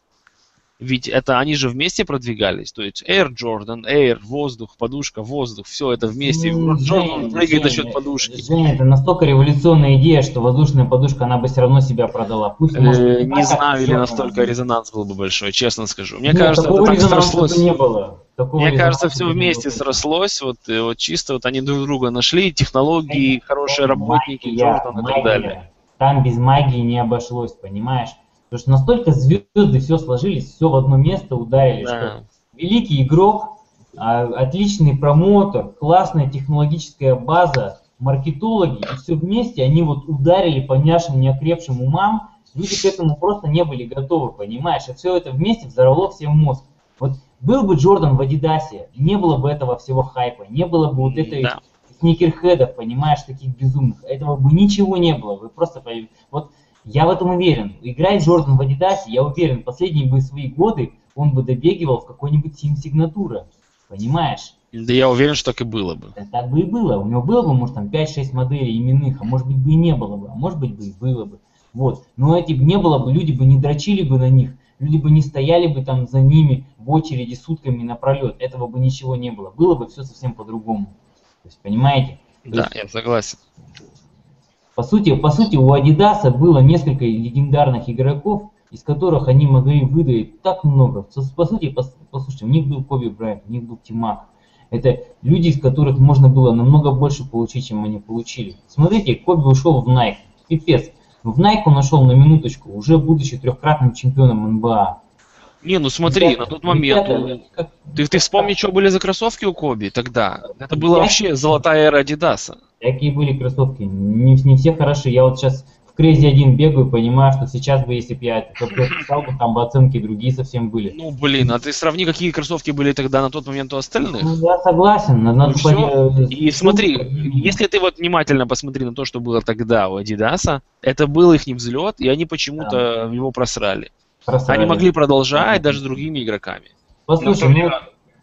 Ведь это они же вместе продвигались. То есть Air Jordan, Air, воздух, подушка, воздух, все это вместе. Ну, Джордан Жень, прыгает за Жень, счет подушки. Жень, это настолько революционная идея, что воздушная подушка, она бы все равно себя продала. Пусть, может, Э, не Не так, как знаю, или Jordan. настолько резонанс был бы большой, честно скажу. Мне Нет, кажется, это такого так резонанса срослось. бы не было. Такого Мне резонанса кажется, все бы не вместе было. срослось, вот, э, вот чисто вот они друг друга нашли, технологии, Жень, хорошие Жень, работники, магия, Джордан и так магия. далее. Там без магии не обошлось, понимаешь? Потому что настолько звезды все сложились, все в одно место ударили, Да. что великий игрок, а, отличный промотор, классная технологическая база, маркетологи, и все вместе они вот ударили по нашим неокрепшим умам. Люди к этому просто не были готовы, понимаешь? И все это вместе взорвало всем мозг. Вот был бы Джордан в Адидасе, не было бы этого всего хайпа, не было бы вот этой Да. сникерхедов, понимаешь, таких безумных. Этого бы ничего не было. Вы просто пов- вот я в этом уверен. Играет Джордан в Адидасе, я уверен, последние бы свои годы он бы добегивал в какой-нибудь Team Signature. Понимаешь? Да я уверен, что так и было бы. Да так бы и было. У него было бы, может, там пять-шесть моделей именных, а может быть бы и не было бы, а может быть бы и было бы. Вот. Но эти бы не было бы, люди бы не дрочили бы на них, люди бы не стояли бы там за ними в очереди сутками напролет. Этого бы ничего не было. Было бы все совсем по-другому. То есть, понимаете? То Да, есть, я согласен. по сути, по сути, у Adidas было несколько легендарных игроков, из которых они могли выдавить так много. По сути, пос, послушайте, у них был Коби Брайант, у них был Тимак. Это люди, из которых можно было намного больше получить, чем они получили. Смотрите, Коби ушел в Nike. Пипец. В Nike он ушел на минуточку, уже будучи трехкратным чемпионом эн бэ а. Не, ну смотри, Ребята, на тот момент, ребята, ну, как- ты, ты вспомни, что были за кроссовки у Коби тогда. Это была Я- вообще золотая эра Адидаса. Какие были кроссовки? Не, не все хороши. Я вот сейчас в Crazy один бегаю, понимаю, что сейчас бы, если бы я это писал, бы, там бы оценки другие совсем были. Ну, блин, а ты сравни, какие кроссовки были тогда на тот момент у остальных. Ну, я согласен. На, на Ну ту всё. поди- И смотри, если ты вот внимательно посмотри на то, что было тогда у Адидаса, это был их взлет, и они почему-то его просрали. просрали. Они могли продолжать даже с другими игроками. Но в, то Послушай, ну, время,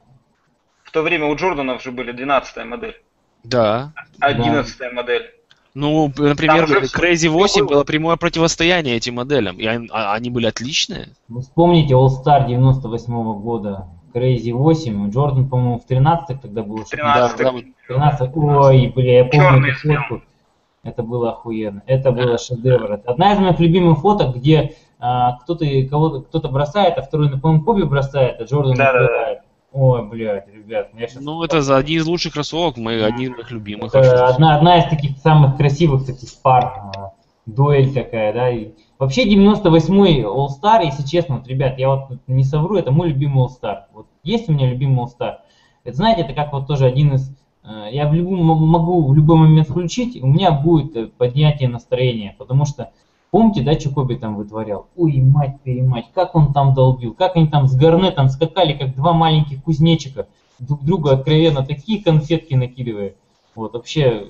в то время у Джорданов же были двенадцатая модель, Да. одиннадцатая модель. Ну, например, Там же всё- Crazy всё восемь было. было прямое противостояние этим моделям, и они, а- они были отличные. вы вспомните All Star девяносто восьмого года, Crazy восемь, Джордан, по-моему, в тринадцатых тогда был. тринадцатый. Да, да, тринадцать, ой, бля, я помню Чёрный эту фотку. Это было охуенно. Это было шедевр. Это одна из моих любимых фоток, где а, кто-то кого-то кто-то бросает, а второй, ну, по-моему, Коби бросает, а Джордан Да-да-да. накрывает. Ой, блядь, ребят, я сейчас... Ну, это за одни из лучших кроссовок, мы одни из моих любимых. Это вообще. одна, одна из таких самых красивых таких пар, а, дуэль такая, да. И вообще девяносто восьмой All Star, если честно, вот, ребят, я вот не совру, это мой любимый All Star. Вот есть у меня любимый All Star. Это, знаете, это как вот тоже один из... э, Я в любом, могу в любой момент включить, у меня будет э, поднятие настроения, потому что помните, да, что Коби там вытворял? Ой, мать-перемать, как он там долбил, как они там с Гарнетом скакали, как два маленьких кузнечика, друг другу откровенно такие конфетки накидывая. Вот, вообще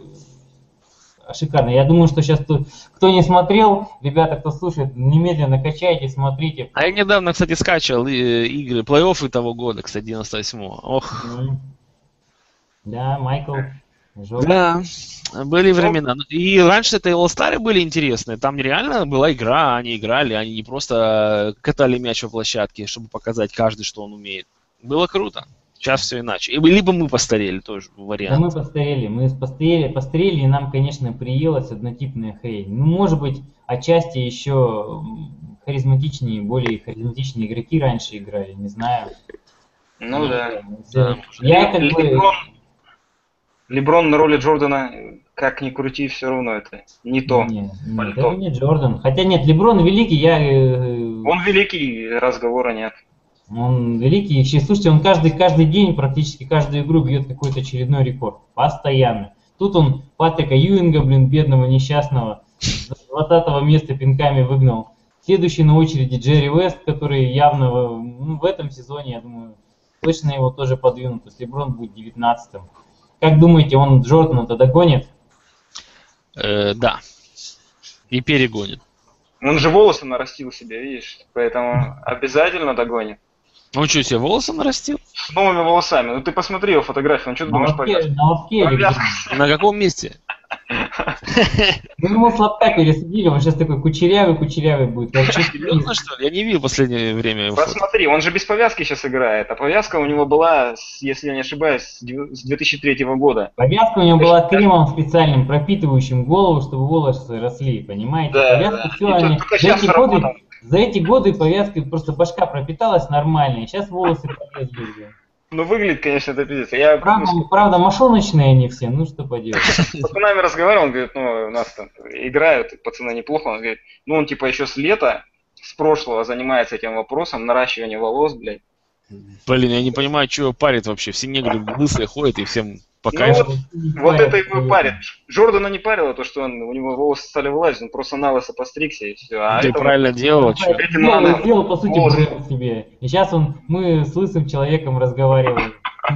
э, шикарно. Я думаю, что сейчас кто, кто не смотрел, ребята, кто слушает, немедленно качайте, смотрите. А я недавно, кстати, скачал э, игры, плей-оффы того года, кстати, девяносто восьмого. Ох. М. Да, Майкл. Жёг. Да, были времена. Ну, И раньше это All-Star были интересные. Там реально была игра, они играли, они не просто катали мяч по площадке, чтобы показать каждый, что он умеет. Было круто. Сейчас все иначе. И Либо мы постарели, тоже Да вариант. мы постарели, мы постарели, постарели, и нам, конечно, приелась однотипная хрень. Ну, может быть, отчасти еще м, харизматичнее, более харизматичные игроки раньше играли, не знаю. Ну да. Да, Я как бы... Леброн, Леброн на роли Джордана, как ни крути, все равно это не то. Нет, нет, Пальто. это не Джордан. Хотя нет, Леброн великий, я... э, Он великий, разговора нет. Он великий. И, слушайте, он каждый, каждый день, практически каждую игру бьет какой-то очередной рекорд. Постоянно. Тут он Патрика Юинга, блин, бедного, несчастного, с двадцатого места пинками выгнал. Следующий на очереди Джерри Уэст, который явно в, ну, в этом сезоне, я думаю, точно его тоже подвинут. То есть Леброн будет девятнадцатым. Как думаете, он Джордана-то догонит? Э, да. И перегонит. Он же волосы нарастил себе, видишь, поэтому обязательно догонит. Он что, себе волосы нарастил? С новыми волосами. Ну ты посмотри его фотографию, он что ты На думаешь, лобке, повязка? на лобке или где? Повязка. На каком месте? Ну, ему с лобка пересадили, он сейчас такой кучерявый-кучерявый будет. Вообще, Серьезно, что ли? Я не видел в последнее время его фото. Посмотри, он же без повязки сейчас играет, а повязка у него была, с- если я не ошибаюсь, с дев- с две тысячи третьего года. Повязка у него была кремом специальным, пропитывающим голову, чтобы волосы росли, понимаете? Да, Повязка, да. все, И они, только за, щас эти годы, работал. за эти годы повязкой просто башка пропиталась нормально, и сейчас волосы полезли. блин. Ну выглядит, конечно, это пиздец. Я Правда, ну, правда, мошоночные они все, ну что поделать. с пацанами разговаривал, он говорит, ну у нас там играют, пацаны неплохо, он говорит, ну он типа еще с лета, с прошлого занимается этим вопросом, наращивание волос, блядь. Блин, я не понимаю, что его парит вообще. Все негры лысые ходят и всем по Ну кайфу. вот, вот это его парит. Джордана не парило то, что он, у него волосы стали вылазить, он просто на лысо постригся и все. А Ты это правильно делал, чё? Этим Сделал, надо сделал, по сути, волосы. бренд себе. И сейчас он, мы с лысым человеком разговариваем.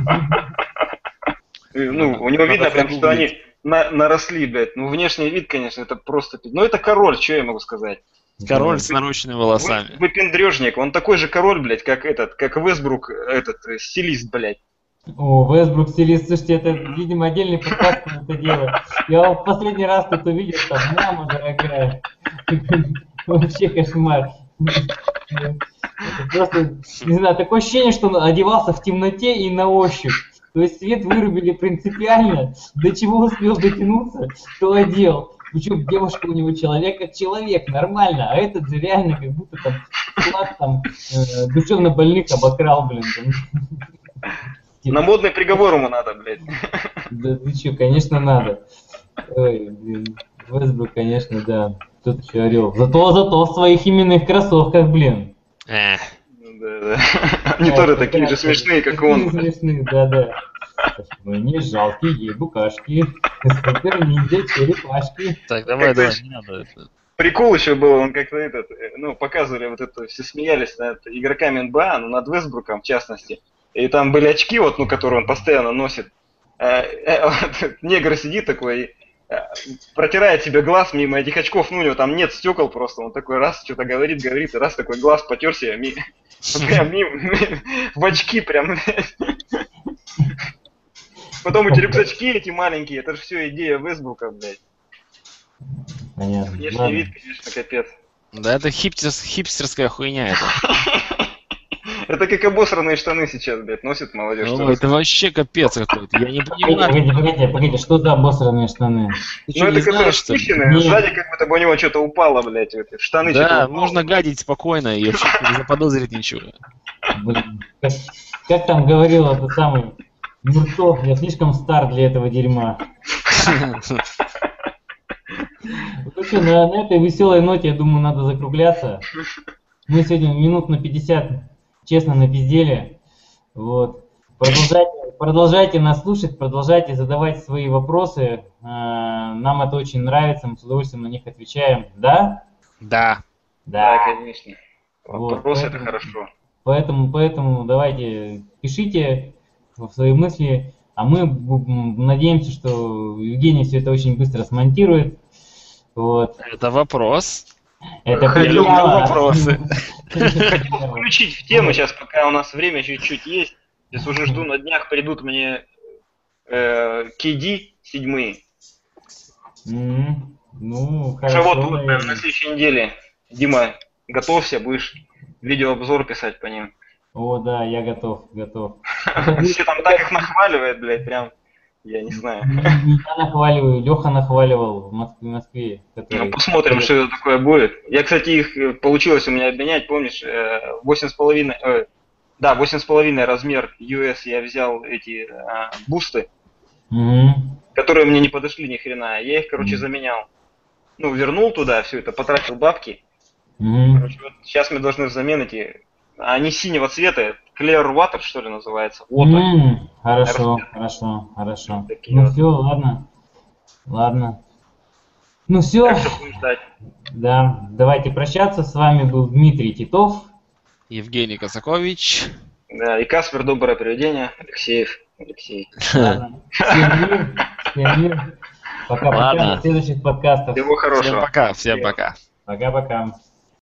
Ну, у него Надо видно прям, что загуглить. они на- наросли, блядь. Ну, внешний вид, конечно, это просто... пи- Ну, это король, что я могу сказать? Король с нарощенными Вы, волосами. выпендрежник, он такой же король, блядь, как этот, как Вестбрук, этот, э, стилист, блядь. О, Вестбрук стилист, слушайте, это, видимо, отдельный подкаст на это дело. Я его в последний раз тут увидел, там, мама дорогая. Вообще кошмар. Это просто, не знаю, такое ощущение, что он одевался в темноте и на ощупь. То есть свет вырубили принципиально, до чего успел дотянуться, то одел. Причем девушка у него человек как человек, нормально, а этот же реально как будто там склад там э, душевно больных обокрал, блин. Там. На модный приговор ему надо, блядь. Да ты что, конечно надо. Ой, блин, Вестбрук, конечно, да. Тут еще орел. Зато, зато в своих именных кроссовках, блин. Эх. Да, да. Они тоже такие же смешные, как он. Смешные, да, да. Мы не жалкие букашки, супер ниндзя черепашки. Так, давай, Как давай, ты- не надо это. Прикол еще был, он как-то этот, э, ну, показывали вот это, все смеялись над игроками эн бэ а, ну, над Вестбруком в частности. И там были очки, вот, ну, которые он постоянно носит. Э, э, вот, негр сидит такой, и, э, протирает себе глаз мимо этих очков, ну, у него там нет стекол просто, он такой раз что-то говорит, говорит, и раз такой глаз потерся, ми- прям мимо, в очки прям. Потом эти рюкзачки эти маленькие, это же все идея Вестбрука, блядь. Понятно. Внешний Ладно. вид, конечно, капец. Да это хипстерс- хипстерская хуйня это. Это как обосранные штаны сейчас, блядь, носит молодежь. Ну, тоже. это вообще капец какой-то. Я не Погодите, понимаю. погодите, погодите, погодите, что за обосранные штаны? Ты Ну что, это не которые знаешь, что ли? спущенные, Нет. сзади как будто бы у него что-то упало, блядь, в эти штаны Да, что-то упало. можно гадить спокойно и вообще не заподозрить ничего. Блин, как, как там говорил этот самый Муртов, я слишком стар для этого дерьма. Ну что, на, на этой веселой ноте, я думаю, надо закругляться. Мы сегодня минут на пятьдесят честно напиздели. Вот. Продолжайте, продолжайте нас слушать, продолжайте задавать свои вопросы. Э, Нам это очень нравится, мы с удовольствием на них отвечаем. Да? Да. Да, конечно. Вот, Вопрос это поэтому- хорошо. Поэтому, поэтому давайте пишите свои мысли, а мы бу- м, надеемся, что Евгений все это очень быстро смонтирует. Вот. Это вопрос. Это Хотел предъява. вопросы. Включить в тему сейчас, пока у нас время чуть-чуть есть. Сейчас уже жду, на днях придут мне э, кей ди седьмые. М, Ну, Уже хорошо. вот, вот прям наверное. на следующей неделе. Дима, готовься, будешь видеообзор писать по ним. О, да, я готов, готов. Все там так их нахваливает, блядь, прям, я не знаю. Не я нахваливаю, Леха нахваливал в Москве, в Москве, Ну, который... посмотрим, что это такое будет. Я, кстати, их э, получилось у меня обменять, помнишь, э, восемь с половиной, э, да, восемь с половиной размер ю эс я взял эти э, бусты, Мгм. которые мне не подошли ни хрена. Я их, короче, Мгм. заменял. Ну, вернул туда все это, потратил бабки. Мгм. Короче, вот сейчас мы должны взамен эти, они синего цвета, Clear Water, что ли, называется. Вот они. М, Хорошо, Наверное. хорошо, хорошо. Такие Ну вот. все, ладно. Ладно. Ну все, Так что будем ждать. да, давайте прощаться. С вами был Дмитрий Титов. Евгений Косакович. Да, и Каспер, доброе привидение. Алексеев, Алексей. Ладно. Всем мир, всем мир. Пока-пока, Ладно. до следующих подкастов. Всего хорошего. Всем пока, всем пока. Пока-пока.